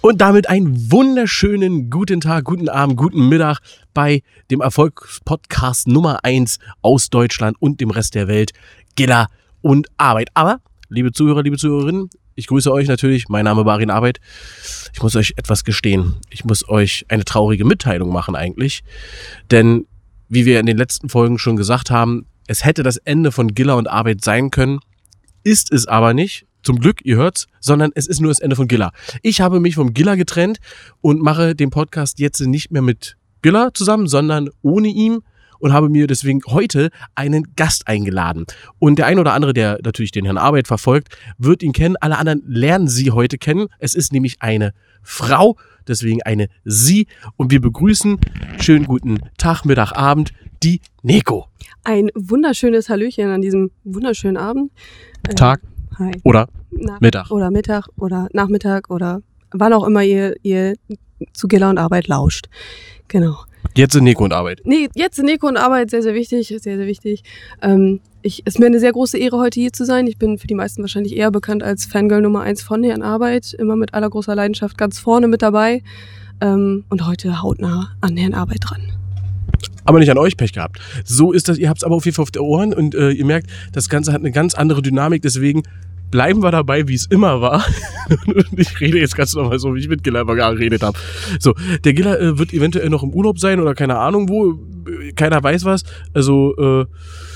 Und damit einen wunderschönen guten Tag, guten Abend, guten Mittag bei dem Erfolgspodcast Nummer 1 aus Deutschland und dem Rest der Welt, Gilla und Arbeit. Aber, liebe Zuhörer, liebe Zuhörerinnen, ich grüße euch natürlich, mein Name ist Barin Arbeit. Ich muss euch etwas gestehen, ich muss euch eine traurige Mitteilung machen eigentlich, denn wie wir in den letzten Folgen schon gesagt haben, es hätte das Ende von Gilla und Arbeit sein können, ist es aber nicht. Zum Glück, ihr hört's, sondern es ist nur das Ende von Gilla. Ich habe mich vom Gilla getrennt und mache den Podcast jetzt nicht mehr mit Gilla zusammen, sondern ohne ihn und habe mir deswegen heute einen Gast eingeladen. Und der ein oder andere, der natürlich den Herrn Arbeit verfolgt, wird ihn kennen. Alle anderen lernen sie heute kennen. Es ist nämlich eine Frau, deswegen eine Sie. Und wir begrüßen, schönen guten Tag, Mittag, Abend, die Neko. Ein wunderschönes Hallöchen an diesem wunderschönen Abend. Tag. Hi. Oder Mittag. Oder Mittag oder Nachmittag oder wann auch immer ihr zu Gilla und Arbeit lauscht. Genau. Jetzt sind Neko und Arbeit. Nee, jetzt sind Neko und Arbeit sehr, sehr wichtig. Sehr, sehr wichtig. Es ist mir eine sehr große Ehre, heute hier zu sein. Ich bin für die meisten wahrscheinlich eher bekannt als Fangirl Nummer 1 von Herrn Arbeit. Immer mit aller großer Leidenschaft ganz vorne mit dabei. Und heute hautnah an Herrn Arbeit dran. Aber nicht an euch, Pech gehabt. So ist das, ihr habt es aber auf jeden Fall auf den Ohren und ihr merkt, das Ganze hat eine ganz andere Dynamik, deswegen bleiben wir dabei, wie es immer war. Ich rede jetzt ganz normal so, wie ich mit Gilla immer geredet habe. So, der Gilla wird eventuell noch im Urlaub sein oder keine Ahnung wo, keiner weiß was. Also,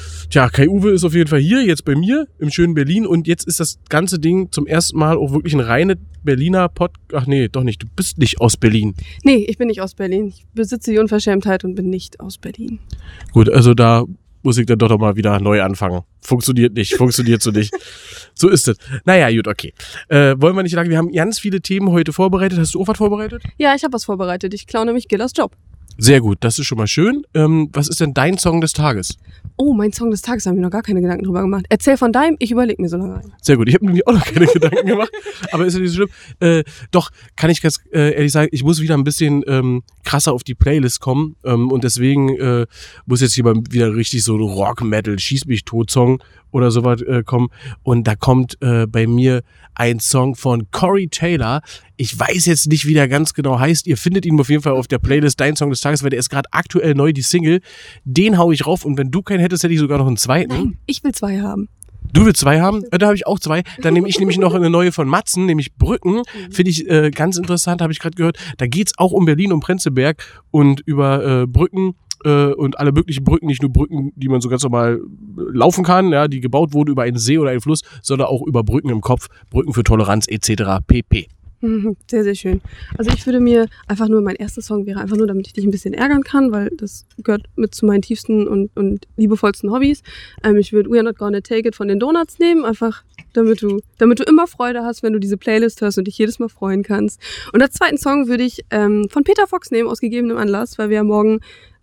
Kai-Uwe ist auf jeden Fall hier, jetzt bei mir im schönen Berlin und jetzt ist das ganze Ding zum ersten Mal auch wirklich ein reines Berliner Ach nee, doch nicht, du bist nicht aus Berlin. Nee, ich bin nicht aus Berlin. Ich besitze die Unverschämtheit und bin nicht aus Berlin. Gut, also da muss ich dann doch mal wieder neu anfangen. Funktioniert so nicht. So ist es. Naja, gut, okay. Wollen wir nicht lange, wir haben ganz viele Themen heute vorbereitet. Hast du auch was vorbereitet? Ja, ich habe was vorbereitet. Ich klaue nämlich Gillas Job. Sehr gut, das ist schon mal schön. Was ist denn dein Song des Tages? Oh, mein Song des Tages, haben wir noch gar keine Gedanken drüber gemacht. Erzähl von deinem, ich überlege mir so lange ein. Sehr gut, ich habe nämlich auch noch keine Gedanken gemacht, aber ist ja nicht so schlimm. Doch, kann ich ganz ehrlich sagen, ich muss wieder ein bisschen krasser auf die Playlist kommen und deswegen muss jetzt hier mal wieder richtig so ein Rock-Metal, Schieß-mich-tot-Song oder sowas kommen und da kommt bei mir ein Song von Corey Taylor. Ich weiß jetzt nicht, wie der ganz genau heißt. Ihr findet ihn auf jeden Fall auf der Playlist Dein Song des Tages, weil der ist gerade aktuell neu, die Single. Den hau ich rauf und wenn du keinen hättest, hätte ich sogar noch einen zweiten. Nein, ich will 2 haben. Du willst 2 haben? Da habe ich auch 2. Dann nehme ich nämlich noch eine neue von Matzen, nämlich Brücken. Finde ich ganz interessant, habe ich gerade gehört. Da geht's auch um Berlin, um Prenzlberg und über Brücken. Und alle möglichen Brücken, nicht nur Brücken, die man so ganz normal laufen kann, ja, die gebaut wurden über einen See oder einen Fluss, sondern auch über Brücken im Kopf, Brücken für Toleranz etc. pp. Sehr, sehr schön. Also ich würde mir einfach nur, mein erster Song wäre einfach nur, damit ich dich ein bisschen ärgern kann, weil das gehört mit zu meinen tiefsten und liebevollsten Hobbys. Ich würde We Are Not Gonna Take It von den Donuts nehmen, einfach damit du immer Freude hast, wenn du diese Playlist hörst und dich jedes Mal freuen kannst. Und als zweiten Song würde ich von Peter Fox nehmen, aus gegebenem Anlass, weil wir ja morgen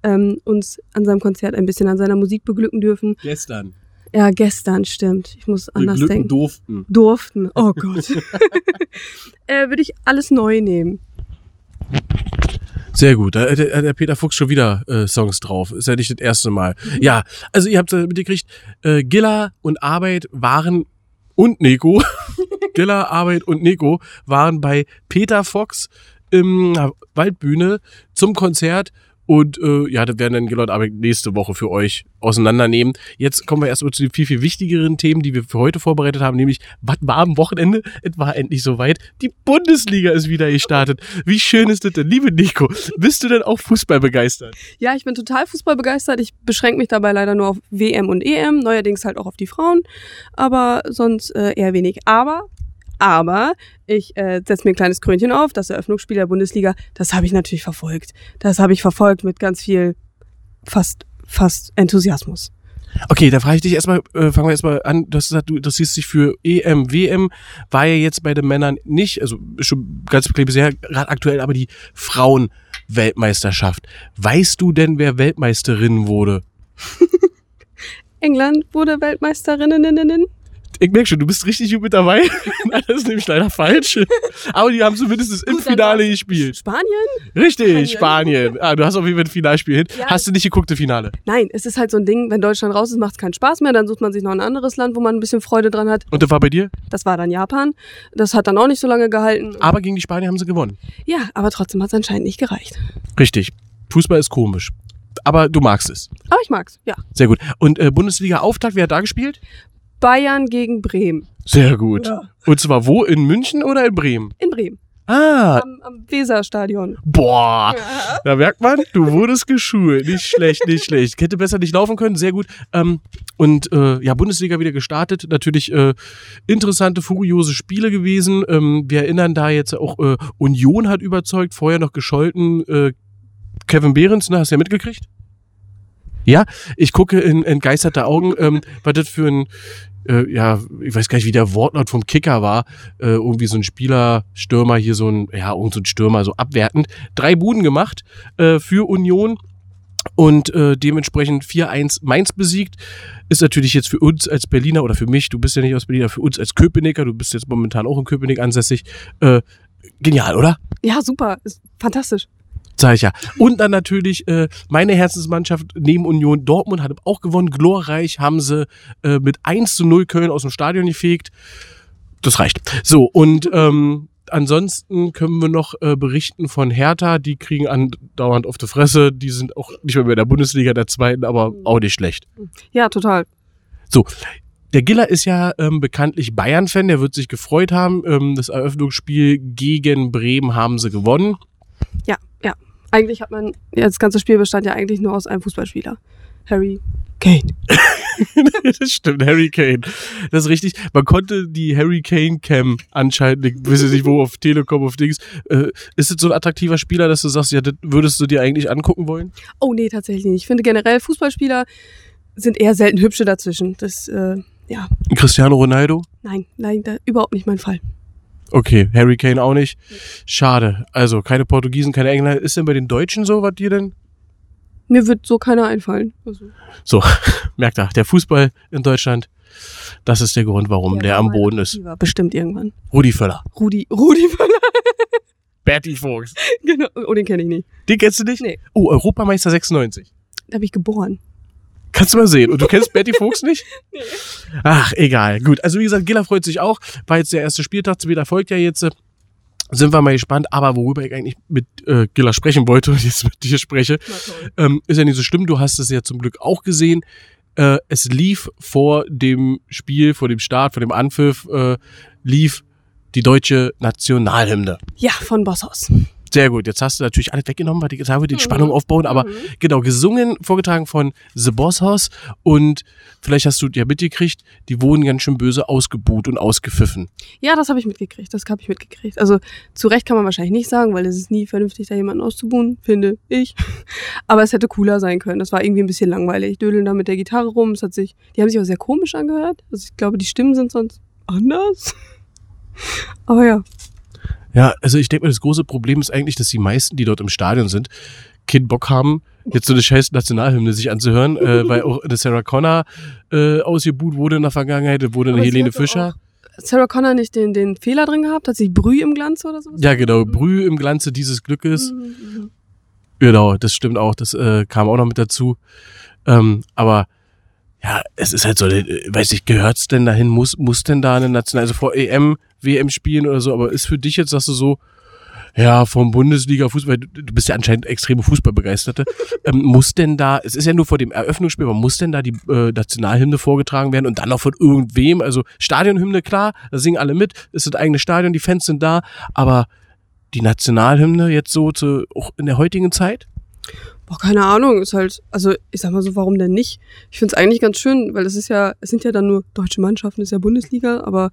uns an seinem Konzert ein bisschen an seiner Musik beglücken dürfen. Gestern. Ja, gestern, stimmt. Ich muss anders denken. Durften. Oh Gott. Würde ich alles neu nehmen. Sehr gut, da hat der Peter Fuchs schon wieder Songs drauf. Ist ja nicht das erste Mal. Ja, also ihr habt mitgekriegt, Gilla und Arbeit waren und Neko, Gilla, Arbeit und Neko waren bei Peter Fox im Waldbühne zum Konzert. Und das werden dann Gilla und Arbeit nächste Woche für euch auseinandernehmen. Jetzt kommen wir erstmal zu den viel, viel wichtigeren Themen, die wir für heute vorbereitet haben, nämlich, was war am Wochenende? Es war endlich soweit. Die Bundesliga ist wieder gestartet. Wie schön ist das denn? Liebe Neko, bist du denn auch Fußball begeistert? Ja, ich bin total Fußball begeistert. Ich beschränke mich dabei leider nur auf WM und EM, neuerdings halt auch auf die Frauen, aber sonst eher wenig. Aber ich setze mir ein kleines Krönchen auf, das Eröffnungsspiel der Bundesliga, das habe ich natürlich verfolgt. Das habe ich verfolgt mit ganz viel, fast Enthusiasmus. Okay, da frage ich dich erstmal, fangen wir erstmal an, du hast gesagt, du interessierst dich für EM, WM, war ja jetzt bei den Männern nicht, also schon ganz bisher gerade aktuell, aber die Frauen-Weltmeisterschaft. Weißt du denn, wer Weltmeisterin wurde? England wurde Weltmeisterinnen. Ich merke schon, du bist richtig gut mit dabei. Nein, das ist nämlich leider falsch. Aber die haben zumindest im Finale gespielt. Spanien? Richtig, Spanien. Du hast auf jeden Fall ein Finalspiel hin. Ja. Hast du nicht geguckt, das Finale? Nein, es ist halt so ein Ding, wenn Deutschland raus ist, macht es keinen Spaß mehr. Dann sucht man sich noch ein anderes Land, wo man ein bisschen Freude dran hat. Und das war bei dir? Das war dann Japan. Das hat dann auch nicht so lange gehalten. Aber gegen die Spanier haben sie gewonnen. Ja, aber trotzdem hat es anscheinend nicht gereicht. Richtig. Fußball ist komisch. Aber du magst es. Aber ich mag's, ja. Sehr gut. Und Bundesliga-Auftakt, wer hat da gespielt? Bayern gegen Bremen. Sehr gut. Ja. Und zwar wo? In München oder in Bremen? In Bremen. Ah, Am Weserstadion. boah. Ja. Da merkt man, du wurdest geschult. Nicht schlecht, nicht schlecht. Hätte besser nicht laufen können, sehr gut. Bundesliga wieder gestartet. Natürlich interessante, furiose Spiele gewesen. Wir erinnern da jetzt auch, Union hat überzeugt, vorher noch gescholten. Kevin Behrens, ne, hast du ja mitgekriegt? Ja, ich gucke in entgeisterte Augen, was das für ein, ich weiß gar nicht, wie der Wortlaut vom Kicker war, irgendwie so ein Stürmer, hier so ein Stürmer, so abwertend. 3 Buden gemacht für Union und dementsprechend 4-1 Mainz besiegt. Ist natürlich jetzt für uns als Berliner oder für mich, du bist ja nicht aus Berlin, für uns als Köpenicker, du bist jetzt momentan auch in Köpenick ansässig, genial, oder? Ja, super. Ist fantastisch. Sag ich ja. Und dann natürlich meine Herzensmannschaft neben Union Dortmund hat auch gewonnen. Glorreich haben sie mit 1-0 Köln aus dem Stadion gefegt. Das reicht. So, und ansonsten können wir noch berichten von Hertha. Die kriegen andauernd auf die Fresse. Die sind auch nicht mehr in der Bundesliga, der zweiten, aber auch nicht schlecht. Ja, total. So. Der Giller ist ja bekanntlich Bayern-Fan. Der wird sich gefreut haben. Das Eröffnungsspiel gegen Bremen haben sie gewonnen. Ja. Eigentlich hat man, das ganze Spiel bestand ja eigentlich nur aus einem Fußballspieler. Harry Kane. Das stimmt, Harry Kane. Das ist richtig. Man konnte die Harry Kane Cam anscheinend, ich weiß nicht wo, auf Telekom, auf Dings. Ist das so ein attraktiver Spieler, dass du sagst, ja, das würdest du dir eigentlich angucken wollen? Oh nee, tatsächlich nicht. Ich finde generell, Fußballspieler sind eher selten hübsche dazwischen. Das, ja. Cristiano Ronaldo? Nein, überhaupt nicht mein Fall. Okay, Harry Kane auch nicht. Schade. Also keine Portugiesen, keine Engländer. Ist denn bei den Deutschen so, was dir denn? Mir wird so keiner einfallen. Also. So, merkt ihr, der Fußball in Deutschland, das ist der Grund, warum der am Boden ist. Bestimmt irgendwann. Rudi Völler. Rudi Völler. Berti Fuchs. Genau, oh, den kenne ich nicht. Den kennst du nicht? Nee. Oh, Europameister 96. Da bin ich geboren. Kannst du mal sehen. Und du kennst Berti Fuchs nicht? Nee. Ach, egal. Gut, also wie gesagt, Giller freut sich auch. War jetzt der erste Spieltag, zweiter folgt ja jetzt. Sind wir mal gespannt. Aber worüber ich eigentlich mit Giller sprechen wollte und jetzt mit dir spreche, ist ja nicht so schlimm. Du hast es ja zum Glück auch gesehen. Es lief vor dem Spiel, vor dem Start, vor dem Anpfiff, lief die deutsche Nationalhymne. Ja, von Bosshaus. Sehr gut, jetzt hast du natürlich alles weggenommen, weil die gesagt haben, die Spannung aufbauen, aber genau, gesungen, vorgetragen von The Boss Hoss und vielleicht hast du ja mitgekriegt, die wurden ganz schön böse ausgebuht und ausgepfiffen. Ja, das habe ich mitgekriegt, Also zu Recht kann man wahrscheinlich nicht sagen, weil es ist nie vernünftig, da jemanden auszubuhen, finde ich. Aber es hätte cooler sein können, das war irgendwie ein bisschen langweilig. Dödeln da mit der Gitarre rum, die haben sich auch sehr komisch angehört. Also ich glaube, die Stimmen sind sonst anders. Aber ja. Ja, also ich denke mal, das große Problem ist eigentlich, dass die meisten, die dort im Stadion sind, keinen Bock haben, jetzt so eine scheiß Nationalhymne sich anzuhören, weil auch eine Sarah Connor ausgebuht wurde in der Vergangenheit, wurde eine Helene Fischer. Sarah Connor nicht den Fehler drin gehabt? Hat sie Brühe im Glanze oder so? Ja, genau, Brühe im Glanze dieses Glückes. Genau, das stimmt auch, das kam auch noch mit dazu. Aber ja, es ist halt so, weiß ich, gehört's denn dahin, muss denn da eine National, also vor EM, WM spielen oder so, aber ist für dich jetzt, sagst du so, ja, vom Bundesliga-Fußball, du bist ja anscheinend extreme Fußballbegeisterte, muss denn da, es ist ja nur vor dem Eröffnungsspiel, aber muss denn da die Nationalhymne vorgetragen werden und dann noch von irgendwem, also Stadionhymne, klar, da singen alle mit, ist das eigene Stadion, die Fans sind da, aber die Nationalhymne jetzt so auch in der heutigen Zeit? Boah, keine Ahnung, ist halt, also ich sag mal so, warum denn nicht? Ich find's eigentlich ganz schön, weil es sind ja dann nur deutsche Mannschaften, ist ja Bundesliga, aber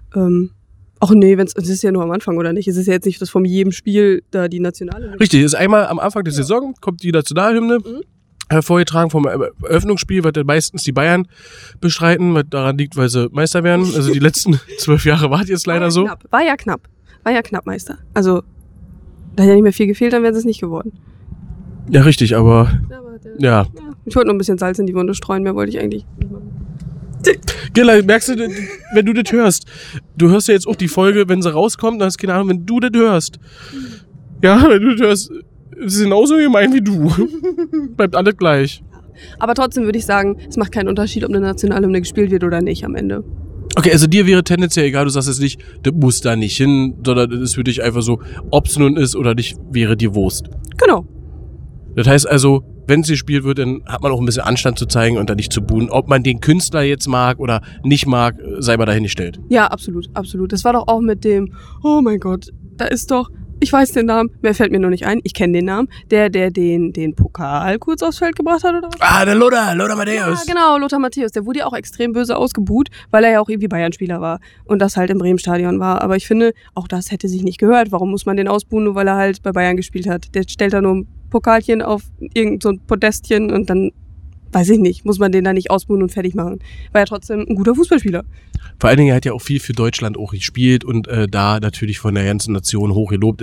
ach nee, es ist ja nur am Anfang, oder nicht? Es ist ja jetzt nicht, dass von jedem Spiel da die Nationalhymne. Richtig, ist einmal am Anfang der Saison, kommt die Nationalhymne, vorgetragen vom Eröffnungsspiel, was dann meistens die Bayern bestreiten, was daran liegt, weil sie Meister werden. Also die letzten 12 Jahre war es jetzt leider so. War ja knapp Meister. Also, da hat ja nicht mehr viel gefehlt, dann wären sie es nicht geworden. Ja, richtig, aber ja. Ich wollte nur ein bisschen Salz in die Wunde streuen, mehr wollte ich eigentlich nicht machen. Gilla, merkst du, wenn du das hörst, du hörst ja jetzt auch die Folge, wenn sie rauskommt, dann hast du keine Ahnung, wenn du das hörst. Ja, wenn du das hörst, ist es genauso gemein wie du. Bleibt alles gleich. Aber trotzdem würde ich sagen, es macht keinen Unterschied, ob eine Nationalhymne gespielt wird oder nicht am Ende. Okay, also dir wäre tendenziell egal, du sagst jetzt nicht, das muss da nicht hin, sondern das ist für dich einfach so, ob es nun ist oder nicht, wäre dir Wurst. Genau. Das heißt also, wenn es gespielt wird, dann hat man auch ein bisschen Anstand zu zeigen und da nicht zu buhen. Ob man den Künstler jetzt mag oder nicht mag, sei mal dahingestellt. Ja, absolut, absolut. Das war doch auch mit dem, oh mein Gott, da ist doch, ich weiß den Namen, mehr fällt mir noch nicht ein, ich kenne den Namen, der den Pokal kurz aufs Feld gebracht hat, oder was? Ah, der Lothar Matthäus. Ja, genau, Lothar Matthäus, der wurde ja auch extrem böse ausgebuht, weil er ja auch irgendwie Bayern-Spieler war und das halt im Bremen-Stadion war. Aber ich finde, auch das hätte sich nicht gehört. Warum muss man den ausbuhen, nur weil er halt bei Bayern gespielt hat? Der stellt da nur ein Pokalchen auf irgend so ein Podestchen und dann, weiß ich nicht, muss man den da nicht ausbuhen und fertig machen. War ja trotzdem ein guter Fußballspieler. Vor allen Dingen, er hat ja auch viel für Deutschland auch gespielt und da natürlich von der ganzen Nation hoch gelobt.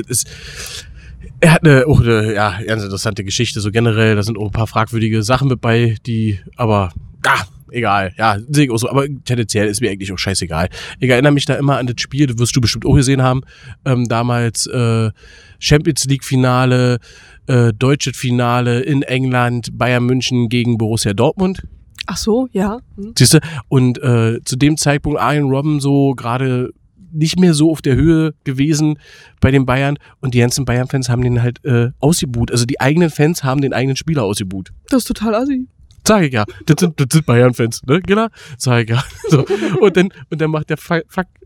Er hat auch eine ganz interessante Geschichte, so generell. Da sind auch ein paar fragwürdige Sachen mit bei, die aber, egal. Ja, sehe ich auch so. Aber tendenziell ist mir eigentlich auch scheißegal. Ich erinnere mich da immer an das Spiel, das wirst du bestimmt auch gesehen haben. Damals Champions League Finale, deutsches Finale in England, Bayern München gegen Borussia Dortmund. Ach so, ja. Siehst du? Und zu dem Zeitpunkt Arjen Robben so gerade nicht mehr so auf der Höhe gewesen bei den Bayern und die ganzen Bayern-Fans haben den halt ausgebuht. Also die eigenen Fans haben den eigenen Spieler ausgebuht. Das ist total assi. Sag ich ja. Das sind Bayern-Fans, ne? Genau? Sag ich ja. So. Und dann macht der Fuck.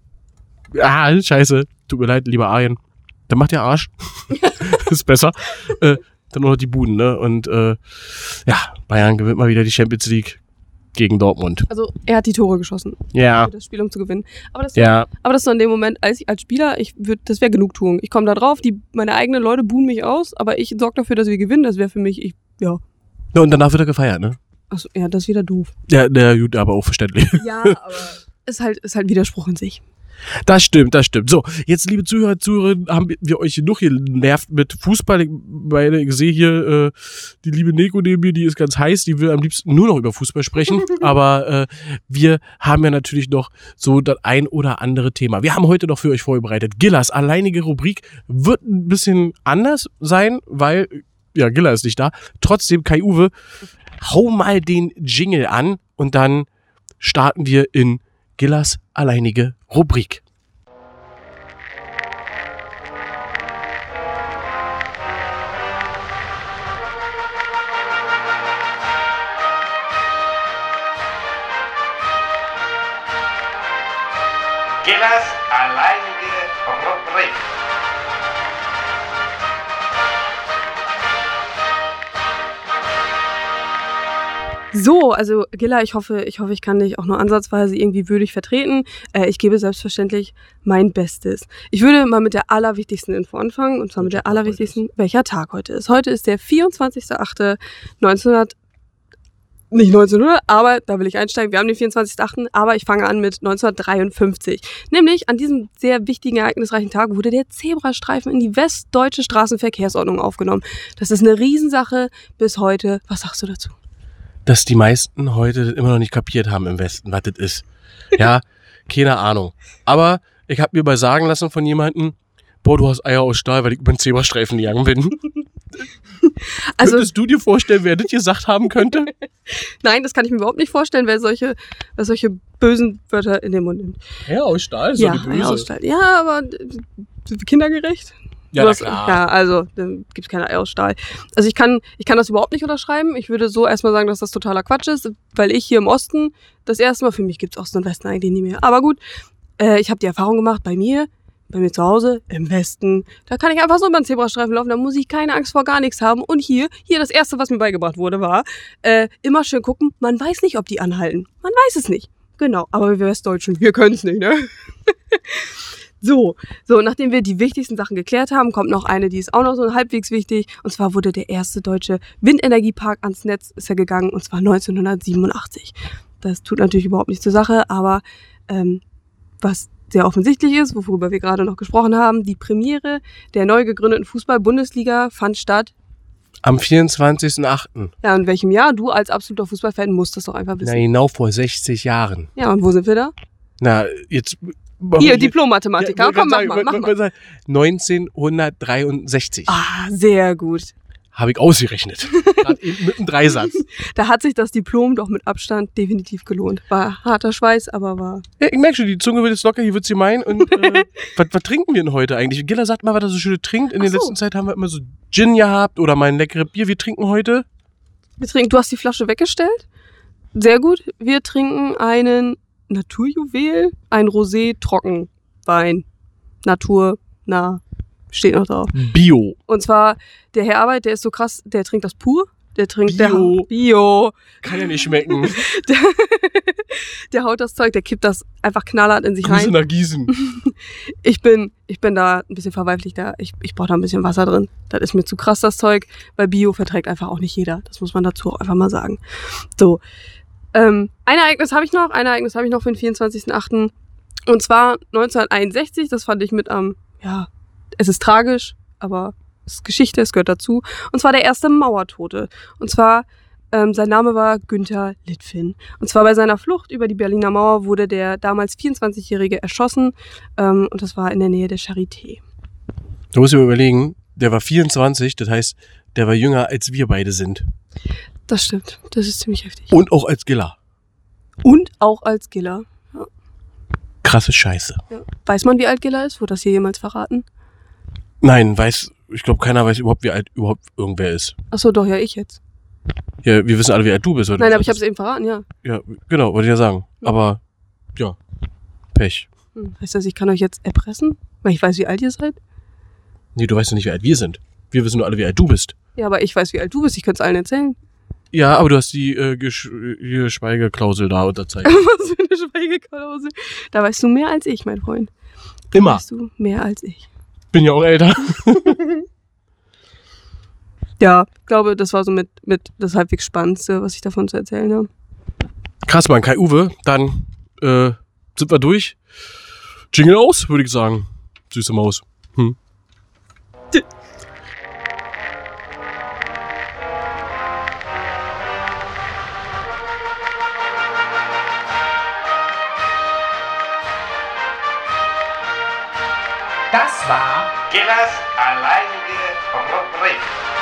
Scheiße. Tut mir leid, lieber Arjen. Dann macht der Arsch. Ist besser. Dann nur noch die Buden, ne? Und Bayern gewinnt mal wieder die Champions League gegen Dortmund. Also er hat die Tore geschossen. Ja. Für das Spiel, um zu gewinnen. Aber das war in dem Moment, als Spieler, das wäre Genugtuung. Ich komme da drauf, meine eigenen Leute buhen mich aus, aber ich sorge dafür, dass wir gewinnen. Das wäre für mich, Ja, und danach wird er gefeiert, ne? Achso, ja, das ist wieder doof. Ja, gut, aber auch verständlich. Ja, aber ist halt Widerspruch in sich. Das stimmt. So, jetzt, liebe Zuhörer, Zuhörerinnen, haben wir euch genug genervt mit Fußball. Ich sehe hier die liebe Neko neben mir, die ist ganz heiß, die will am liebsten nur noch über Fußball sprechen. Aber wir haben ja natürlich noch so das ein oder andere Thema. Wir haben heute noch für euch vorbereitet. Gillas alleinige Rubrik wird ein bisschen anders sein, weil, ja, Gilla ist nicht da. Trotzdem, Kai-Uwe, hau mal den Jingle an und dann starten wir in Gillas alleinige Rubrik. Gillas alleinige Rubrik. So, also Gilla, ich hoffe, ich kann dich auch nur ansatzweise irgendwie würdig vertreten. Ich gebe selbstverständlich mein Bestes. Ich würde mal mit der allerwichtigsten Info anfangen, und zwar mit der allerwichtigsten, welcher Tag heute ist. Heute ist der 24.08.1900, nicht 1900, aber da will ich einsteigen. Wir haben den 24.08., aber ich fange an mit 1953. Nämlich an diesem sehr wichtigen, ereignisreichen Tag wurde der Zebrastreifen in die westdeutsche Straßenverkehrsordnung aufgenommen. Das ist eine Riesensache bis heute. Was sagst du dazu? Dass die meisten heute immer noch nicht kapiert haben im Westen, was das ist. Ja, keine Ahnung. Aber ich habe mir mal sagen lassen von jemandem, boah, du hast Eier aus Stahl, weil ich über den Zebrastreifen gegangen bin. Also, könntest du dir vorstellen, wer das gesagt haben könnte? Nein, das kann ich mir überhaupt nicht vorstellen, wer solche bösen Wörter in den Mund nimmt. Eier aus Stahl? Ja, Eier aus Stahl. Ja, aber kindergerecht? Ja, klar. Ja, also, dann gibt's keine Eier aus Stahl. Also ich kann das überhaupt nicht unterschreiben. Ich würde so erstmal sagen, dass das totaler Quatsch ist, weil ich hier im Osten, das erste Mal, für mich gibt's Osten und Westen eigentlich nie mehr. Aber gut, ich habe die Erfahrung gemacht, bei mir zu Hause, im Westen, da kann ich einfach so über den Zebrastreifen laufen, da muss ich keine Angst vor gar nichts haben. Und hier das Erste, was mir beigebracht wurde, war, immer schön gucken, man weiß nicht, ob die anhalten. Man weiß es nicht. Genau, aber wir Westdeutschen, wir können's nicht, ne? So, nachdem wir die wichtigsten Sachen geklärt haben, kommt noch eine, die ist auch noch so halbwegs wichtig. Und zwar wurde der erste deutsche Windenergiepark ans Netz gegangen, und zwar 1987. Das tut natürlich überhaupt nichts zur Sache, aber was sehr offensichtlich ist, worüber wir gerade noch gesprochen haben, die Premiere der neu gegründeten Fußball-Bundesliga fand statt Am 24.08. Ja, in welchem Jahr? Du als absoluter Fußballfan musst das doch einfach wissen. Na, genau vor 60 Jahren. Ja, und wo sind wir da? Na, jetzt... Hier, Diplom-Mathematiker. Komm, mach mal. 1963. Ah, sehr gut. Habe ich ausgerechnet. Gerade eben mit einem Dreisatz. Da hat sich das Diplom doch mit Abstand definitiv gelohnt. War harter Schweiß, aber war... Ja, ich merke schon, die Zunge wird jetzt locker, hier wird sie meinen. Und was trinken wir denn heute eigentlich? Gilla sagt mal, was er so schön trinkt. In der letzten Zeit haben wir immer so Gin gehabt oder mal ein leckeres Bier. Wir trinken heute... Du hast die Flasche weggestellt? Sehr gut. Wir trinken einen Naturjuwel, ein Rosé-Trockenwein. Naturnah. Steht noch drauf. Bio. Und zwar, der Herr Arbeit, der ist so krass, der trinkt das pur. Der trinkt Bio. Kann ja nicht schmecken. Der haut das Zeug, der kippt das einfach knallhart in sich Grüße rein. nach Gießen. Ich bin da ein bisschen verweiflich da. Ich brauche da ein bisschen Wasser drin. Das ist mir zu krass, das Zeug, weil Bio verträgt einfach auch nicht jeder. Das muss man dazu auch einfach mal sagen. So. Ein Ereignis habe ich noch für den 24.08. Und zwar 1961, das fand ich mit am, es ist tragisch, aber es ist Geschichte, es gehört dazu. Und zwar der erste Mauertote. Und zwar, sein Name war Günther Litfin. Und zwar bei seiner Flucht über die Berliner Mauer wurde der damals 24-Jährige erschossen. Und das war in der Nähe der Charité. Du musst dir überlegen, der war 24, das heißt, der war jünger als wir beide sind. Das stimmt, das ist ziemlich heftig. Und auch als Giller. Und auch als Giller. Ja. Krasse Scheiße. Ja. Weiß man, wie alt Giller ist? Wurde das hier jemals verraten? Nein, ich glaube, keiner weiß überhaupt, wie alt überhaupt irgendwer ist. Achso, doch, ja, ich jetzt. Ja, wir wissen alle, wie alt du bist. Nein, aber ich habe es eben verraten, ja. Ja, genau, wollte ich ja sagen. Ja. Aber, ja, Pech. Heißt das, ich kann euch jetzt erpressen? Weil ich weiß, wie alt ihr seid? Nee, du weißt doch nicht, wie alt wir sind. Wir wissen nur alle, wie alt du bist. Ja, aber ich weiß, wie alt du bist. Ich könnte es allen erzählen. Ja, aber du hast die Schweigeklausel da unterzeichnet. Was für eine Schweigeklausel. Da weißt du mehr als ich, mein Freund. Da Immer. weißt du mehr als ich. Bin ja auch älter. Ja, ich glaube, das war so mit das halbwegs Spannendste, was ich davon zu erzählen habe. Krass, Mann, Kai Uwe, dann sind wir durch. Jingle aus, würde ich sagen. Süße Maus. Das war Gillas alleinige Rubrik.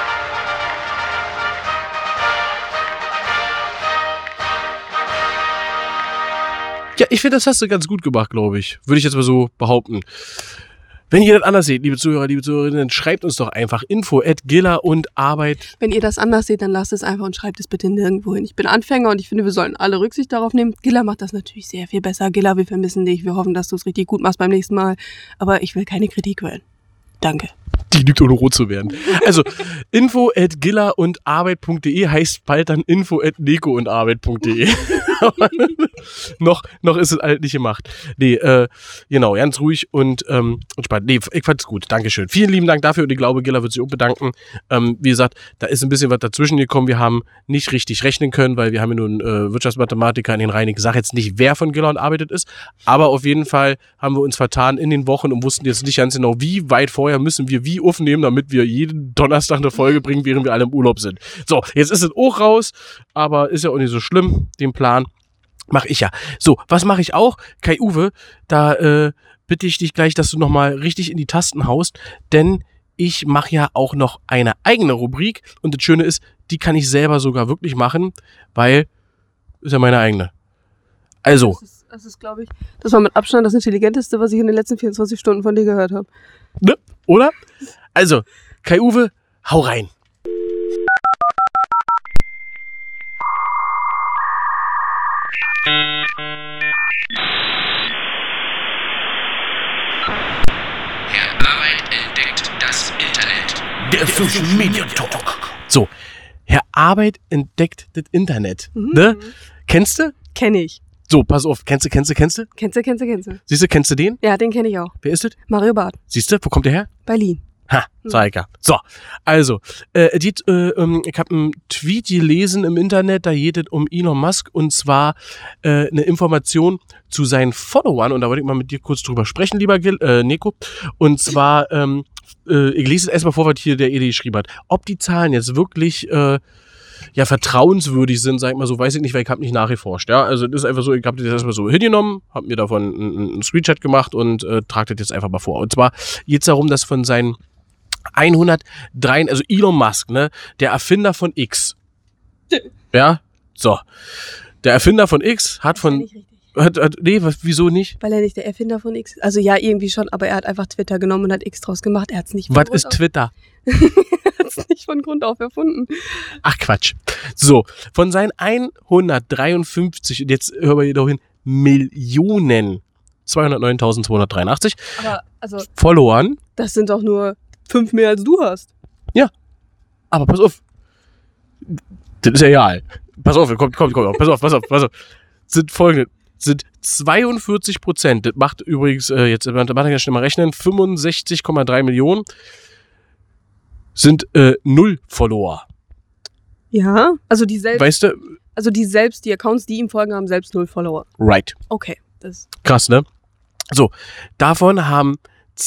Ja, ich finde, das hast du ganz gut gemacht, glaube ich. Würde ich jetzt mal so behaupten. Wenn ihr das anders seht, liebe Zuhörer, liebe Zuhörerinnen, dann schreibt uns doch einfach info@giller-und-arbeit. Wenn ihr das anders seht, dann lasst es einfach und schreibt es bitte nirgendwo hin. Ich bin Anfänger und ich finde, wir sollten alle Rücksicht darauf nehmen. Giller macht das natürlich sehr viel besser. Giller, wir vermissen dich. Wir hoffen, dass du es richtig gut machst beim nächsten Mal. Aber ich will keine Kritik hören. Danke. Die liegt ohne rot zu werden. Also, info@giller-und-arbeit.de heißt bald dann info@neko-und-arbeit.de. noch ist es halt nicht gemacht. Nee, genau, ganz ruhig und entspannt. Nee, ich fand's gut. Dankeschön. Vielen lieben Dank dafür und ich glaube, Giller wird sich auch bedanken. Wie gesagt, da ist ein bisschen was dazwischen gekommen. Wir haben nicht richtig rechnen können, weil wir haben ja nun Wirtschaftsmathematiker in den Reihen. Ich sage jetzt nicht, wer von Giller und arbeitet ist, aber auf jeden Fall haben wir uns vertan in den Wochen und wussten jetzt nicht ganz genau, wie weit vorher müssen wir wie aufnehmen, damit wir jeden Donnerstag eine Folge bringen, während wir alle im Urlaub sind. So, jetzt ist es auch raus, aber ist ja auch nicht so schlimm. Den Plan mache ich ja. So, was mache ich auch? Kai Uwe, da bitte ich dich gleich, dass du nochmal richtig in die Tasten haust, denn ich mache ja auch noch eine eigene Rubrik und das Schöne ist, die kann ich selber sogar wirklich machen, weil ist ja meine eigene. Also. Das ist, glaube ich, das war mit Abstand das Intelligenteste, was ich in den letzten 24 Stunden von dir gehört habe. Ne? Oder? Also, Kai Uwe, hau rein. Herr Arbeit entdeckt das Internet. Der Social Media Talk. So, Herr Arbeit entdeckt das Internet. Ne? Kennst du? Kenn ich. So, pass auf. Kennst du? Kennst du. Siehst du, kennst du den? Ja, den kenne ich auch. Wer ist das? Mario Barth. Siehst du, wo kommt der her? Berlin. Ha, sag ich ja. So, also, ich habe einen Tweet gelesen im Internet, da geht es um Elon Musk und zwar eine Information zu seinen Followern und da wollte ich mal mit dir kurz drüber sprechen, lieber Neko. Und zwar ich lese es erstmal vor, was hier der Edi geschrieben hat. Ob die Zahlen jetzt wirklich vertrauenswürdig sind, sag ich mal so, weiß ich nicht, weil ich habe nicht nachgeforscht. Ja? Also das ist einfach so, ich habe das erstmal so hingenommen, habe mir davon einen Screenshot gemacht und trage das jetzt einfach mal vor. Und zwar geht es darum, dass von seinen 103, also Elon Musk, ne, der Erfinder von X. Ja, so. Der Erfinder von X hat von... wieso nicht? Weil er nicht der Erfinder von X ist. Also ja, irgendwie schon, aber er hat einfach Twitter genommen und hat X draus gemacht. Er hat es nicht von Was Grund ist Twitter? Er hat es nicht von Grund auf erfunden. Ach Quatsch. So, von seinen 153, und jetzt hören wir hier doch hin, Millionen, 209.283 Aber also, Followern. das sind doch nur 5 mehr als du hast. Ja, aber pass auf. Das ist ja egal. Pass auf, komm, pass auf. Sind 42%. Das macht übrigens, jetzt Mathematiker schnell mal rechnen, 65,3 Millionen sind 0 Follower. Ja, also die selbst, Weißt du? die Accounts, die ihm folgen, haben selbst 0 Follower. Right. Okay, das Krass, ne? So, davon haben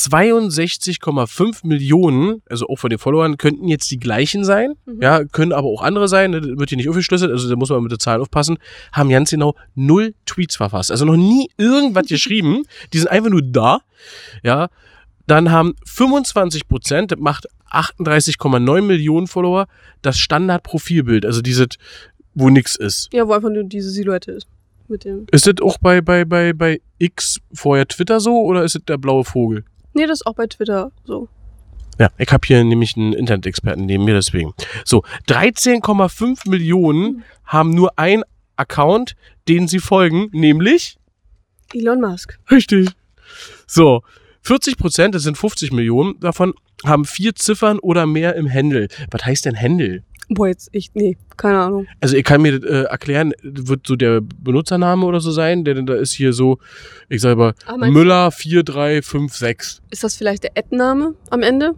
62,5 Millionen, also auch von den Followern, könnten jetzt die gleichen sein, ja, können aber auch andere sein, das wird hier nicht aufgeschlüsselt, also da muss man mit den Zahlen aufpassen, haben ganz genau 0 Tweets verfasst, also noch nie irgendwas geschrieben, die sind einfach nur da, ja, dann haben 25%, das macht 38,9 Millionen Follower, das Standard-Profilbild, also dieses, wo nix ist. ja, wo einfach nur diese Silhouette ist. Mit dem. Ist das auch bei X vorher Twitter so, oder ist das der blaue Vogel? Nee, das ist auch bei Twitter so. Ja, ich habe hier nämlich einen Internet-Experten neben mir, deswegen. So, 13,5 Millionen haben nur einen Account, den sie folgen, nämlich... Elon Musk. Richtig. So, 40%, das sind 50 Millionen, davon haben 4 Ziffern oder mehr im Handle. Was heißt denn Handle? Boah, nee, keine Ahnung. Also ich kann mir das erklären, wird so der Benutzername oder so sein, denn da ist hier so, ich sage mal, Müller 4356. Ist das vielleicht der Ad-Name am Ende?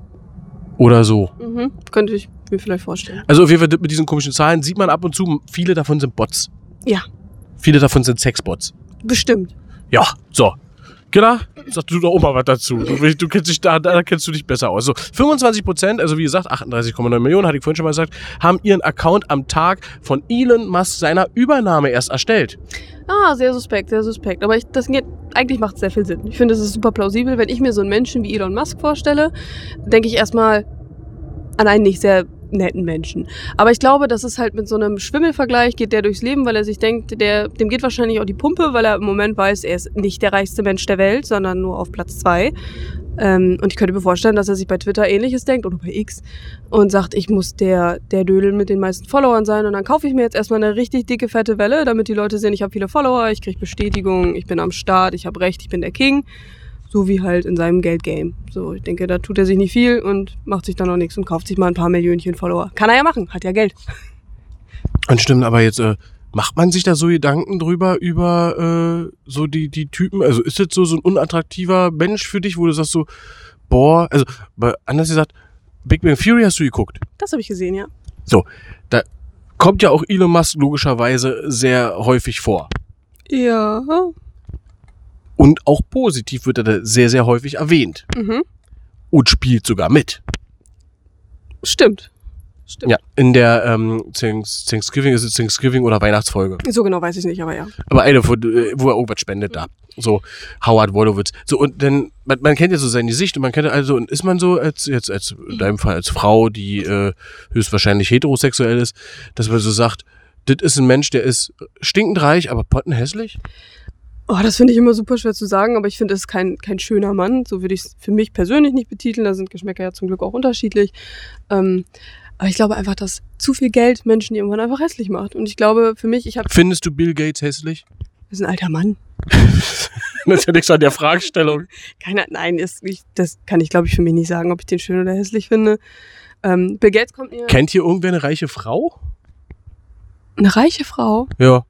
Oder so. Könnte ich mir vielleicht vorstellen. Also auf jeden Fall mit diesen komischen Zahlen sieht man ab und zu, viele davon sind Bots. Ja. Viele davon sind Sexbots. Bestimmt. Ja, so. Genau, sag du doch auch mal was dazu. Du kennst dich da kennst du dich besser aus. So, 25%, also wie gesagt, 38,9 Millionen, hatte ich vorhin schon mal gesagt, haben ihren Account am Tag von Elon Musk seiner Übernahme erst erstellt. Ah, sehr suspekt, sehr suspekt. Aber eigentlich macht es sehr viel Sinn. Ich finde, es ist super plausibel. Wenn ich mir so einen Menschen wie Elon Musk vorstelle, denke ich erstmal an einen nicht sehr netten Menschen. Aber ich glaube, das ist halt mit so einem Schwimmelvergleich, geht der durchs Leben, weil er sich denkt, dem geht wahrscheinlich auch die Pumpe, weil er im Moment weiß, er ist nicht der reichste Mensch der Welt, sondern nur auf Platz 2. Und ich könnte mir vorstellen, dass er sich bei Twitter Ähnliches denkt oder bei X und sagt, ich muss der Dödel mit den meisten Followern sein und dann kaufe ich mir jetzt erstmal eine richtig dicke, fette Welle, damit die Leute sehen, ich habe viele Follower, ich kriege Bestätigung, ich bin am Start, ich habe Recht, ich bin der King. So wie halt in seinem Geldgame. So, ich denke, da tut er sich nicht viel und macht sich dann noch nichts und kauft sich mal ein paar Millionchen Follower. Kann er ja machen, hat ja Geld. Und stimmt, aber jetzt macht man sich da so Gedanken drüber, über so die Typen? Also ist das so ein unattraktiver Mensch für dich, wo du sagst so, boah, also anders gesagt, Big Bang Theory hast du geguckt? Das habe ich gesehen, ja. So, da kommt ja auch Elon Musk logischerweise sehr häufig vor. Ja. Und auch positiv wird er da sehr, sehr häufig erwähnt. Und spielt sogar mit. Stimmt. Ja, in der Thanksgiving, ist es Thanksgiving oder Weihnachtsfolge. So genau weiß ich nicht, aber ja. Aber eine, wo er irgendwas spendet da. So, Howard Wolowitz. So, und dann, man kennt ja so sein Gesicht und man kennt also, und ist man so, als in deinem Fall als Frau, die höchstwahrscheinlich heterosexuell ist, dass man so sagt, das ist ein Mensch, der ist stinkend reich, aber pottenhässlich? Oh, das finde ich immer super schwer zu sagen, aber ich finde, es ist kein schöner Mann. So würde ich es für mich persönlich nicht betiteln. Da sind Geschmäcker ja zum Glück auch unterschiedlich. Aber ich glaube einfach, dass zu viel Geld Menschen irgendwann einfach hässlich macht. Und ich glaube, für mich, Findest du Bill Gates hässlich? Das ist ein alter Mann. Das ist ja nichts an der Fragestellung. Nein, das kann ich, glaube ich, für mich nicht sagen, ob ich den schön oder hässlich finde. Bill Gates kommt mir... Kennt hier irgendwer eine reiche Frau? Eine reiche Frau? Ja.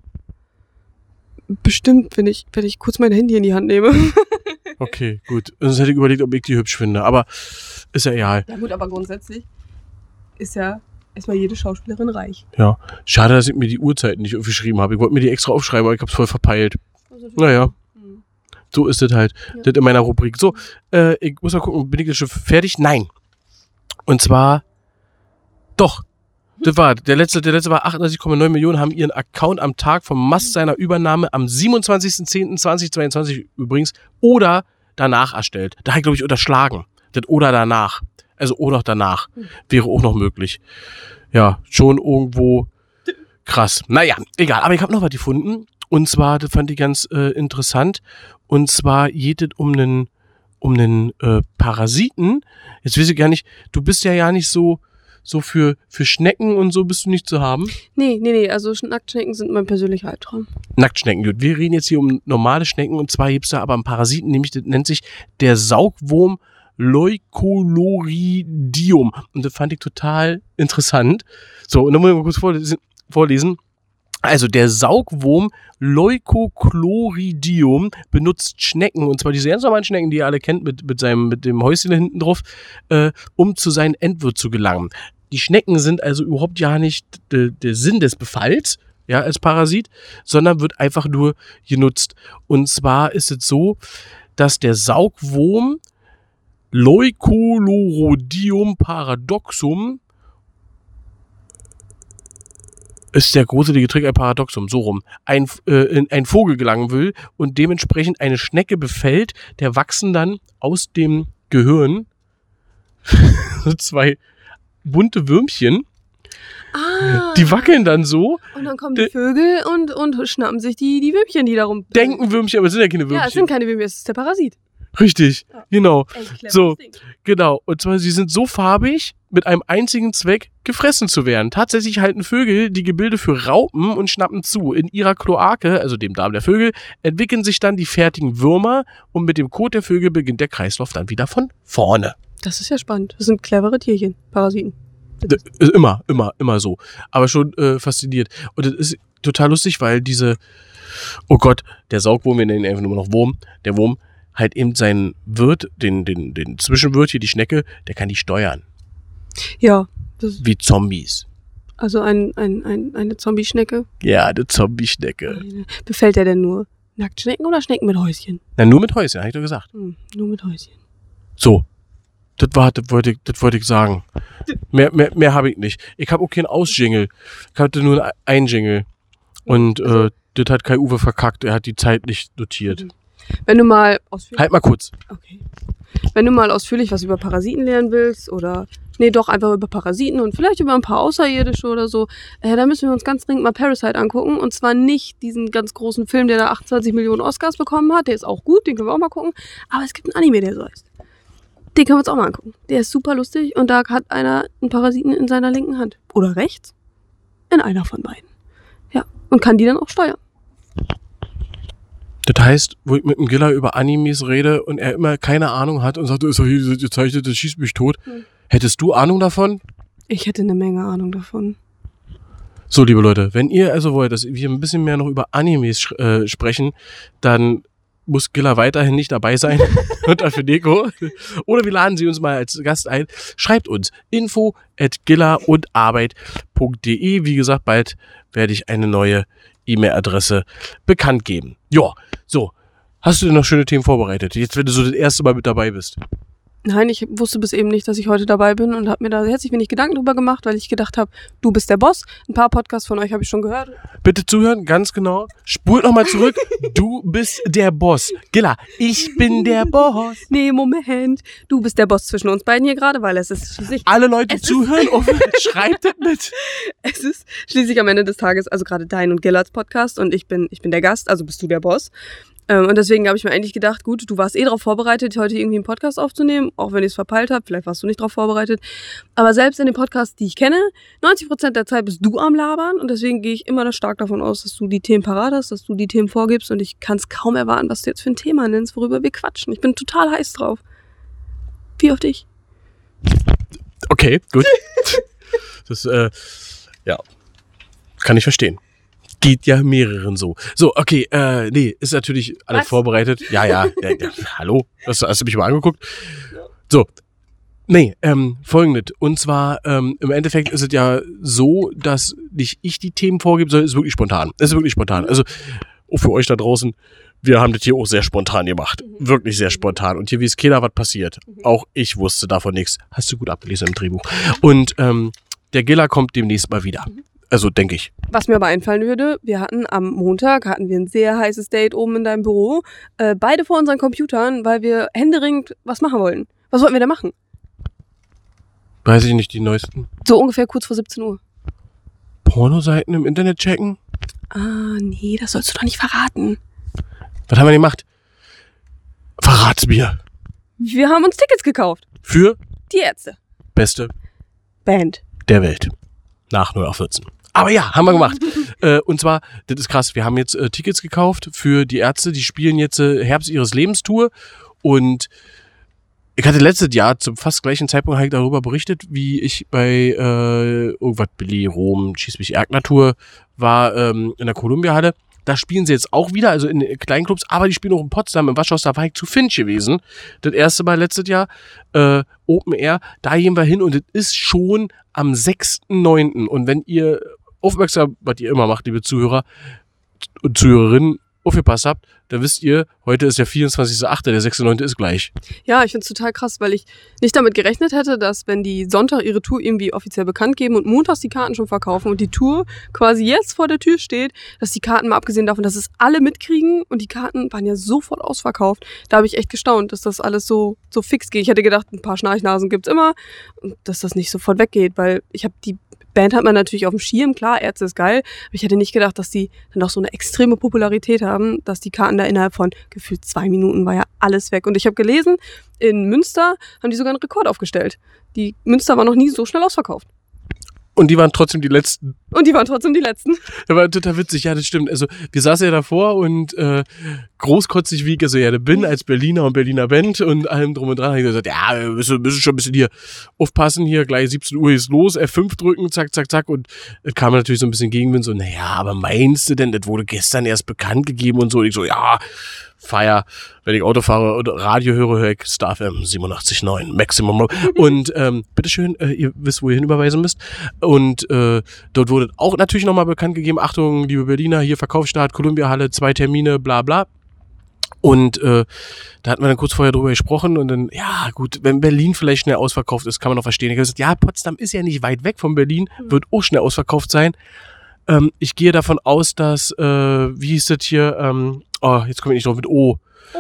Bestimmt, wenn ich kurz mein Handy in die Hand nehme. Okay, gut. Sonst hätte ich überlegt, ob ich die hübsch finde. Aber ist ja egal. Ja gut, aber grundsätzlich ist ja erstmal jede Schauspielerin reich. Ja. Schade, dass ich mir die Uhrzeiten nicht aufgeschrieben habe. Ich wollte mir die extra aufschreiben, aber ich habe es voll verpeilt. Naja. So ist das halt. Ja. Das in meiner Rubrik. So, ich muss mal gucken, bin ich jetzt schon fertig? Nein. Und zwar, doch. Das war, der letzte war 38,9 Millionen, haben ihren Account am Tag vom Mast seiner Übernahme am 27.10.2022 übrigens oder danach erstellt. Da habe ich, glaube ich, unterschlagen. Das oder danach. Also oder danach. Wäre auch noch möglich. Ja, schon irgendwo krass. Naja, egal. Aber ich habe noch was gefunden. Und zwar, das fand ich ganz interessant. Und zwar geht es um einen Parasiten. Jetzt weiß ich gar nicht, du bist ja nicht so für Schnecken und so bist du nicht zu haben. Nee, also Nacktschnecken sind mein persönlicher Albtraum. Nacktschnecken, gut. Wir reden jetzt hier um normale Schnecken und zwar gibt es da aber einen Parasiten, nämlich das nennt sich der Saugwurm Leucoloridium. Und das fand ich total interessant. So, und dann muss ich mal kurz vorlesen. Also der Saugwurm Leucochloridium benutzt Schnecken, und zwar diese ganz normalen Schnecken, die ihr alle kennt, mit dem Häuschen da hinten drauf, um zu seinem Endwirt zu gelangen. Die Schnecken sind also überhaupt ja nicht der Sinn des Befalls, ja, als Parasit, sondern wird einfach nur genutzt. Und zwar ist es so, dass der Saugwurm Leucoloridium paradoxum ist der gruselige Trick, ein Paradoxum, so rum, in ein Vogel gelangen will und dementsprechend eine Schnecke befällt, der wachsen dann aus dem Gehirn zwei bunte Würmchen, die wackeln dann so. Und dann kommen die Vögel und schnappen sich die Würmchen, die darum denken Würmchen, aber es sind ja keine Würmchen. Ja, es sind keine Würmchen, es ist der Parasit. Richtig, ja. Genau. So, Ding. genau. Und zwar, sie sind so farbig, mit einem einzigen Zweck, gefressen zu werden. Tatsächlich halten Vögel die Gebilde für Raupen und schnappen zu. In ihrer Kloake, also dem Darm der Vögel, entwickeln sich dann die fertigen Würmer und mit dem Kot der Vögel beginnt der Kreislauf dann wieder von vorne. Das ist ja spannend. Das sind clevere Tierchen, Parasiten. Immer so. Aber schon fasziniert. Und das ist total lustig, weil oh Gott, der Saugwurm, wir nennen ihn einfach nur noch Wurm, der Wurm, halt eben seinen Wirt, den Zwischenwirt hier, die Schnecke, der kann die steuern. Ja. Wie Zombies. Also eine Zombie-Schnecke? Ja, eine Zombie-Schnecke. Befällt er denn nur Nacktschnecken oder Schnecken mit Häuschen? Na, nur mit Häuschen, hab ich doch gesagt. Nur mit Häuschen. So. Das wollte ich sagen. Mehr habe ich nicht. Ich habe auch keinen Ausjingle. Ich hatte nur einen Jingle. Und das hat Kai Uwe verkackt. Er hat die Zeit nicht notiert. Wenn du mal ausführlich... Halt mal kurz. Okay. Wenn du mal ausführlich was über Parasiten lernen willst oder... Nee, doch, einfach über Parasiten und vielleicht über ein paar Außerirdische oder so, da müssen wir uns ganz dringend mal Parasite angucken. Und zwar nicht diesen ganz großen Film, der da 28 Millionen Oscars bekommen hat. Der ist auch gut, den können wir auch mal gucken. Aber es gibt einen Anime, der so heißt. Den können wir uns auch mal angucken. Der ist super lustig und da hat einer einen Parasiten in seiner linken Hand. Oder rechts. In einer von beiden. Ja, und kann die dann auch steuern. Das heißt, wo ich mit dem Giller über Animes rede und er immer keine Ahnung hat und sagt, ist doch hier gezeichnet, das schießt mich tot. Hättest du Ahnung davon? Ich hätte eine Menge Ahnung davon. So, liebe Leute, wenn ihr also wollt, dass wir ein bisschen mehr noch über Animes sprechen, dann muss Giller weiterhin nicht dabei sein unter Fedeko. Oder wir laden sie uns mal als Gast ein. Schreibt uns info@gillerundarbeit.de. Wie gesagt, bald werde ich eine neue E-Mail-Adresse bekannt geben. Ja, so. Hast du denn noch schöne Themen vorbereitet? Jetzt, wenn du so das erste Mal mit dabei bist. Nein, ich wusste bis eben nicht, dass ich heute dabei bin und habe mir da herzlich wenig Gedanken drüber gemacht, weil ich gedacht habe, du bist der Boss. Ein paar Podcasts von euch habe ich schon gehört. Bitte zuhören, ganz genau. Spult nochmal zurück. Du bist der Boss. Gilla, ich bin der Boss. Nee, Moment. Du bist der Boss zwischen uns beiden hier gerade, weil es ist schließlich... Alle Leute zuhören und schreibt das mit. Es ist schließlich am Ende des Tages, also gerade dein und Gillards Podcast und ich bin der Gast, also bist du der Boss. Und deswegen habe ich mir eigentlich gedacht, gut, du warst darauf vorbereitet, heute irgendwie einen Podcast aufzunehmen, auch wenn ich es verpeilt habe, vielleicht warst du nicht darauf vorbereitet. Aber selbst in den Podcasts, die ich kenne, 90% der Zeit bist du am Labern und deswegen gehe ich immer stark davon aus, dass du die Themen parat hast, dass du die Themen vorgibst und ich kann es kaum erwarten, was du jetzt für ein Thema nennst, worüber wir quatschen. Ich bin total heiß drauf. Wie auf dich. Okay, gut. Das, ja, kann ich verstehen. Geht ja mehreren so. So, okay, nee, ist natürlich alles vorbereitet. Ja, hallo, hast du mich mal angeguckt? So, nee, folgendes. Und zwar, im Endeffekt ist es ja so, dass nicht ich die Themen vorgebe, sondern es ist wirklich spontan. Also, auch für euch da draußen, wir haben das hier auch sehr spontan gemacht. Wirklich sehr spontan. Und hier wie es keiner was passiert. Auch ich wusste davon nichts. Hast du gut abgelesen im Drehbuch. Und der Giller kommt demnächst mal wieder. Also denke ich. Was mir aber einfallen würde, wir hatten am Montag ein sehr heißes Date oben in deinem Büro. Beide vor unseren Computern, weil wir händeringend was machen wollten. Was wollten wir da machen? Weiß ich nicht, die neuesten So ungefähr kurz vor 17 Uhr. Pornoseiten im Internet checken? Ah, nee, das sollst du doch nicht verraten. Was haben wir gemacht? Verrat's mir. Wir haben uns Tickets gekauft. Für Die Ärzte. beste Band. der Welt. Nach 0:14. Aber ja, haben wir gemacht. Und zwar, das ist krass, wir haben jetzt Tickets gekauft für die Ärzte, die spielen jetzt Herbst ihres Lebens Tour. Und ich hatte letztes Jahr zum fast gleichen Zeitpunkt halt darüber berichtet, wie ich bei irgendwas Billy, Rom, Schieß mich Erkner Tour war in der Columbia-Halle. Da spielen sie jetzt auch wieder, also in Kleinclubs, aber die spielen auch in Potsdam im Waschhaus, da war ich zu Finch gewesen. Das erste Mal letztes Jahr, Open Air, da gehen wir hin und das ist schon am 6.9. Und wenn ihr aufmerksam, was ihr immer macht, liebe Zuhörer und Zuhörerinnen, aufgepasst habt, dann wisst ihr, heute ist der 24.8., der 6.9. ist gleich. Ja, ich finde es total krass, weil ich nicht damit gerechnet hätte, dass wenn die Sonntag ihre Tour irgendwie offiziell bekannt geben und montags die Karten schon verkaufen und die Tour quasi jetzt vor der Tür steht, dass die Karten mal abgesehen davon, dass es alle mitkriegen und die Karten waren ja sofort ausverkauft. Da habe ich echt gestaunt, dass das alles so fix geht. Ich hätte gedacht, ein paar Schnarchnasen gibt's immer und dass das nicht sofort weggeht, weil ich habe die Band hat man natürlich auf dem Schirm, klar, Ärzte ist geil, aber ich hätte nicht gedacht, dass die dann auch so eine extreme Popularität haben, dass die Karten da innerhalb von gefühlt 2 Minuten war ja alles weg. Und ich habe gelesen, in Münster haben die sogar einen Rekord aufgestellt. Die Münster war noch nie so schnell ausverkauft. Und die waren trotzdem die Letzten. Und die waren trotzdem die Letzten. Das war total witzig, ja, das stimmt. Also wir saßen ja davor und großkotzig wie ich also ja bin als Berliner und Berliner Band und allem drum und dran. Habe ich gesagt, ja, wir müssen schon ein bisschen hier aufpassen, hier gleich 17 Uhr ist los, F5 drücken, zack, zack, zack. Und es kam natürlich so ein bisschen Gegenwind, so, naja, aber meinst du denn, das wurde gestern erst bekannt gegeben und so. Und ich so, ja, Feier, wenn ich Auto fahre und Radio höre ich Star FM 87.9, Maximum. Und bitteschön, ihr wisst, wo ihr hinüberweisen müsst. Und dort wurde auch natürlich nochmal bekannt gegeben, Achtung, liebe Berliner, hier Verkaufsstart, Columbia-Halle, 2 Termine, bla bla. Und da hatten wir dann kurz vorher drüber gesprochen und dann, ja gut, wenn Berlin vielleicht schnell ausverkauft ist, kann man noch verstehen. Ich habe gesagt, ja, Potsdam ist ja nicht weit weg von Berlin, wird auch schnell ausverkauft sein. Ich gehe davon aus, dass, wie hieß das hier, jetzt komme ich nicht drauf, mit O.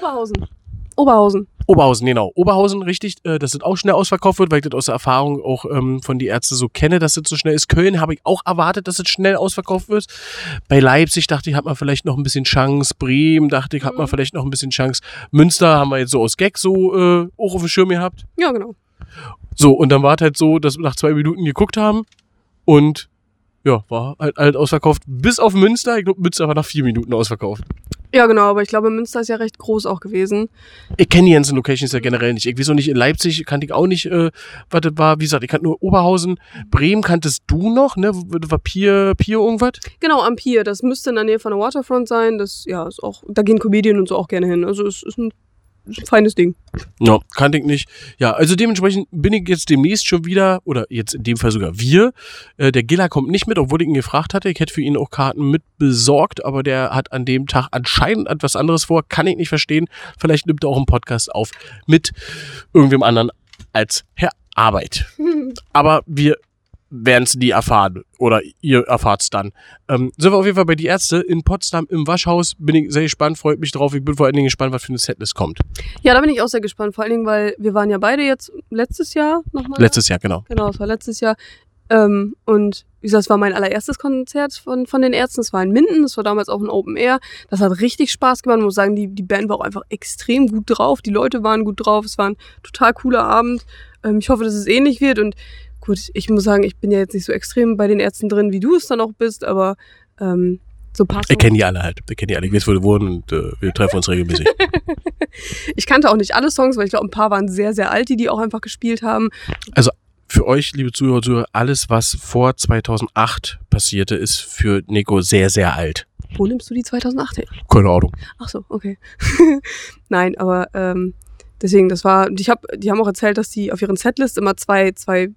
Oberhausen, genau. Oberhausen, richtig, dass das auch schnell ausverkauft wird, weil ich das aus der Erfahrung auch von die Ärzte so kenne, dass das so schnell ist. Köln habe ich auch erwartet, dass es schnell ausverkauft wird. Bei Leipzig dachte ich, hat man vielleicht noch ein bisschen Chance. Bremen dachte ich, hat man vielleicht noch ein bisschen Chance. Münster haben wir jetzt so aus Gag so auch auf dem Schirm gehabt. Ja, genau. So, und dann war es halt so, dass wir nach 2 Minuten geguckt haben und ja, war halt ausverkauft. Bis auf Münster. Ich glaube, Münster war nach 4 Minuten ausverkauft. Ja, genau, aber ich glaube, Münster ist ja recht groß auch gewesen. Ich kenne die ganzen Locations ja generell nicht. Ich weiß auch nicht, in Leipzig kannte ich auch nicht, was das war. Wie gesagt, ich kannte nur Oberhausen. Bremen kanntest du noch, ne? Das war Pier irgendwas? Genau, am Pier. Das müsste in der Nähe von der Waterfront sein. Das, ja, ist auch, da gehen Comedien und so auch gerne hin. Also es ist ein feines Ding. Ja, kannte ich nicht. Ja, also dementsprechend bin ich jetzt demnächst schon wieder, oder jetzt in dem Fall sogar wir. Der Giller kommt nicht mit, obwohl ich ihn gefragt hatte. Ich hätte für ihn auch Karten mit besorgt, aber der hat an dem Tag anscheinend etwas anderes vor. Kann ich nicht verstehen. Vielleicht nimmt er auch einen Podcast auf mit irgendwem anderen als Herr Arbeit. Aber wir werden es nie erfahren. Oder ihr erfahrt es dann. Sind wir auf jeden Fall bei die Ärzte in Potsdam im Waschhaus. Bin ich sehr gespannt, freut mich drauf. Ich bin vor allen Dingen gespannt, was für eine Setlist kommt. Ja, da bin ich auch sehr gespannt. Vor allen Dingen, weil wir waren ja beide jetzt letztes Jahr nochmal. Letztes Jahr, genau. Genau, es war letztes Jahr. Und wie gesagt, es war mein allererstes Konzert von den Ärzten. Es war in Minden, es war damals auch ein Open Air. Das hat richtig Spaß gemacht. Ich muss sagen, die Band war auch einfach extrem gut drauf. Die Leute waren gut drauf. Es war ein total cooler Abend. Ich hoffe, dass es ähnlich wird. Und gut, ich muss sagen, ich bin ja jetzt nicht so extrem bei den Ärzten drin, wie du es dann auch bist, aber so passt. Ich kenne die alle halt. Ich weiß, wo die wohnen und wir treffen uns regelmäßig. Ich kannte auch nicht alle Songs, weil ich glaube, ein paar waren sehr, sehr alt, die auch einfach gespielt haben. Also für euch, liebe Zuhörer, alles, was vor 2008 passierte, ist für Nico sehr, sehr alt. Wo nimmst du die 2008 her? Keine Ahnung. Ach so, okay. Nein, aber deswegen, das war, die haben auch erzählt, dass die auf ihren Setlist immer zwei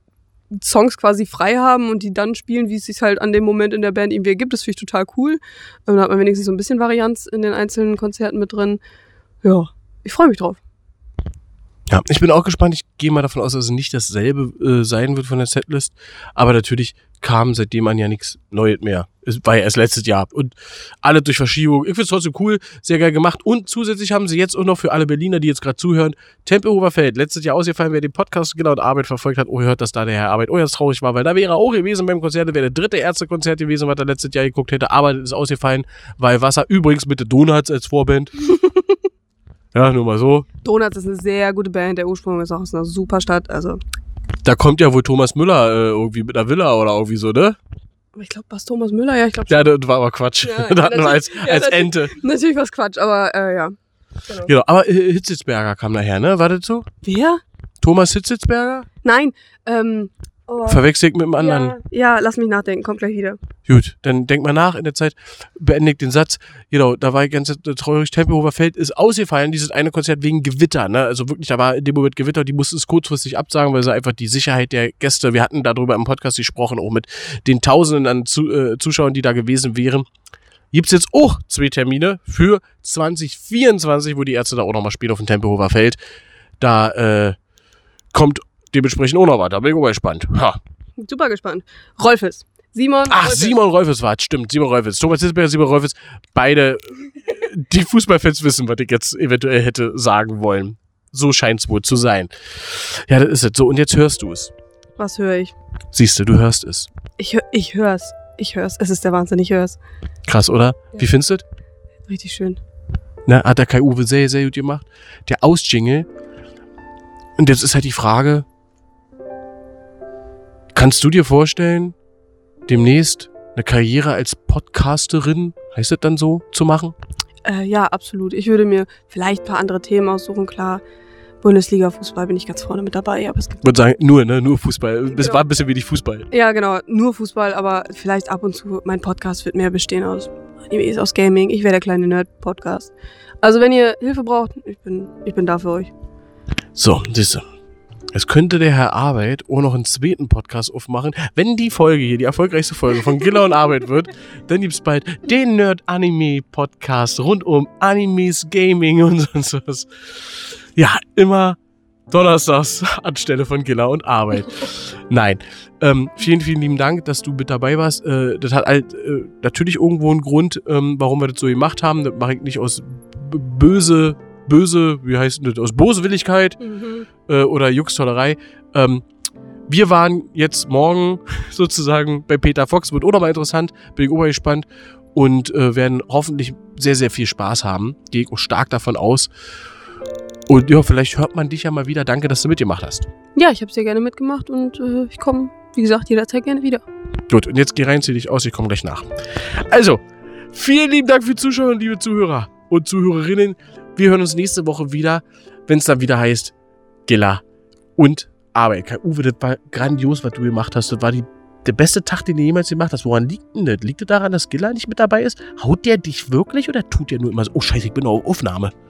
Songs quasi frei haben und die dann spielen, wie es sich halt an dem Moment in der Band irgendwie ergibt. Das finde ich total cool. Da hat man wenigstens so ein bisschen Varianz in den einzelnen Konzerten mit drin. Ja, ich freue mich drauf. Ja, ich bin auch gespannt. Ich gehe mal davon aus, dass es nicht dasselbe sein wird von der Setlist. Aber natürlich kam seitdem an ja nichts Neues mehr. Es war ja erst letztes Jahr. Und alle durch Verschiebung. Ich finde es trotzdem cool, sehr geil gemacht. Und zusätzlich haben sie jetzt auch noch für alle Berliner, die jetzt gerade zuhören, Tempelhofer Feld. Letztes Jahr ausgefallen, wer den Podcast Giller und Arbeit verfolgt hat. Oh, ihr hört, dass da der Herr Arbeit jetzt traurig war, weil da wäre er auch gewesen beim Konzert. Wäre der 3. Ärztekonzert gewesen, was er letztes Jahr geguckt hätte. Aber das ist ausgefallen, weil Wasser übrigens mit den Donuts als Vorband. Ja, nur mal so. Donuts ist eine sehr gute Band. Der Ursprung ist auch aus einer super Stadt. Also. Da kommt ja wohl Thomas Müller irgendwie mit einer Villa oder irgendwie so, ne? Aber ich glaube, was Thomas Müller? Ja, ich glaube schon. Ja, das war aber Quatsch. Ja, das hatten wir als Ente. Natürlich war es Quatsch, aber ja. Genau, aber Hitzitzberger kam daher, ne? War das so? Wer? Thomas Hitzitzberger? Nein, Verwechselt mit dem anderen. Ja, lass mich nachdenken, kommt gleich wieder. Gut, dann denk mal nach in der Zeit, beendigt den Satz. Genau, da war ganz traurig, Tempelhofer Feld ist ausgefallen, dieses eine Konzert wegen Gewitter, ne? Also wirklich, da war in dem Moment Gewitter, die mussten es kurzfristig absagen, weil sie einfach die Sicherheit der Gäste, wir hatten darüber im Podcast gesprochen, auch mit den Tausenden an Zuschauern, die da gewesen wären. Gibt es jetzt auch 2 Termine für 2024, wo die Ärzte da auch nochmal spielen auf dem Tempelhofer Feld. Da kommt dementsprechend auch noch was. Da bin ich auch mal gespannt. Ha. Super gespannt. Rolfes. Simon Rolfes war es, stimmt. Simon Rolfes. Thomas Hitzberger, Simon Rolfes. Beide, die Fußballfans wissen, was ich jetzt eventuell hätte sagen wollen. So scheint es wohl zu sein. Ja, das ist es. So, und jetzt hörst du es. Was höre ich? Siehst du, du hörst es. Ich hör's. Es ist der Wahnsinn, ich hör's. Krass, oder? Ja. Wie findest du das? Richtig schön. Na, hat der Kai-Uwe sehr, sehr gut gemacht. Der Ausjingle. Und jetzt ist halt die Frage, kannst du dir vorstellen, demnächst eine Karriere als Podcasterin, heißt das dann so, zu machen? Ja, absolut. Ich würde mir vielleicht ein paar andere Themen aussuchen, klar. Bundesliga-Fußball bin ich ganz vorne mit dabei, aber es gibt... Ich würde sagen, nur Fußball. Das war ein bisschen wenig Fußball. Ja, genau, nur Fußball, aber vielleicht ab und zu, mein Podcast wird mehr bestehen aus Animes, aus Gaming. Ich wäre der kleine Nerd-Podcast. Also wenn ihr Hilfe braucht, ich bin da für euch. So, siehst du. Es könnte der Herr Arbeit auch noch einen zweiten Podcast aufmachen. Wenn die Folge hier, die erfolgreichste Folge von Giller und Arbeit wird, dann gibt es bald den Nerd-Anime-Podcast rund um Animes, Gaming und sonst was. Ja, immer donnerstags anstelle von Giller und Arbeit. Nein. Vielen, vielen lieben Dank, dass du mit dabei warst. Das hat halt natürlich irgendwo einen Grund, warum wir das so gemacht haben. Das mache ich nicht aus böse, wie heißt das, aus Boswilligkeit oder Juxtollerei. Wir waren jetzt morgen sozusagen bei Peter Fox, wird auch nochmal interessant, bin ich obergespannt und werden hoffentlich sehr, sehr viel Spaß haben. Gehe ich auch stark davon aus. Und ja, vielleicht hört man dich ja mal wieder. Danke, dass du mitgemacht hast. Ja, ich habe sehr gerne mitgemacht und ich komme, wie gesagt, jederzeit gerne wieder. Gut, und jetzt geh rein, zieh dich aus, ich komme gleich nach. Also, vielen lieben Dank für die Zuschauer, liebe Zuhörer und Zuhörerinnen. Wir hören uns nächste Woche wieder, wenn es dann wieder heißt Giller und Arbeit. Kai-Uwe, das war grandios, was du gemacht hast. Das war der beste Tag, den du jemals gemacht hast. Woran liegt denn das? Liegt es daran, dass Giller nicht mit dabei ist? Haut der dich wirklich oder tut der nur immer so? Oh, scheiße, ich bin auf Aufnahme.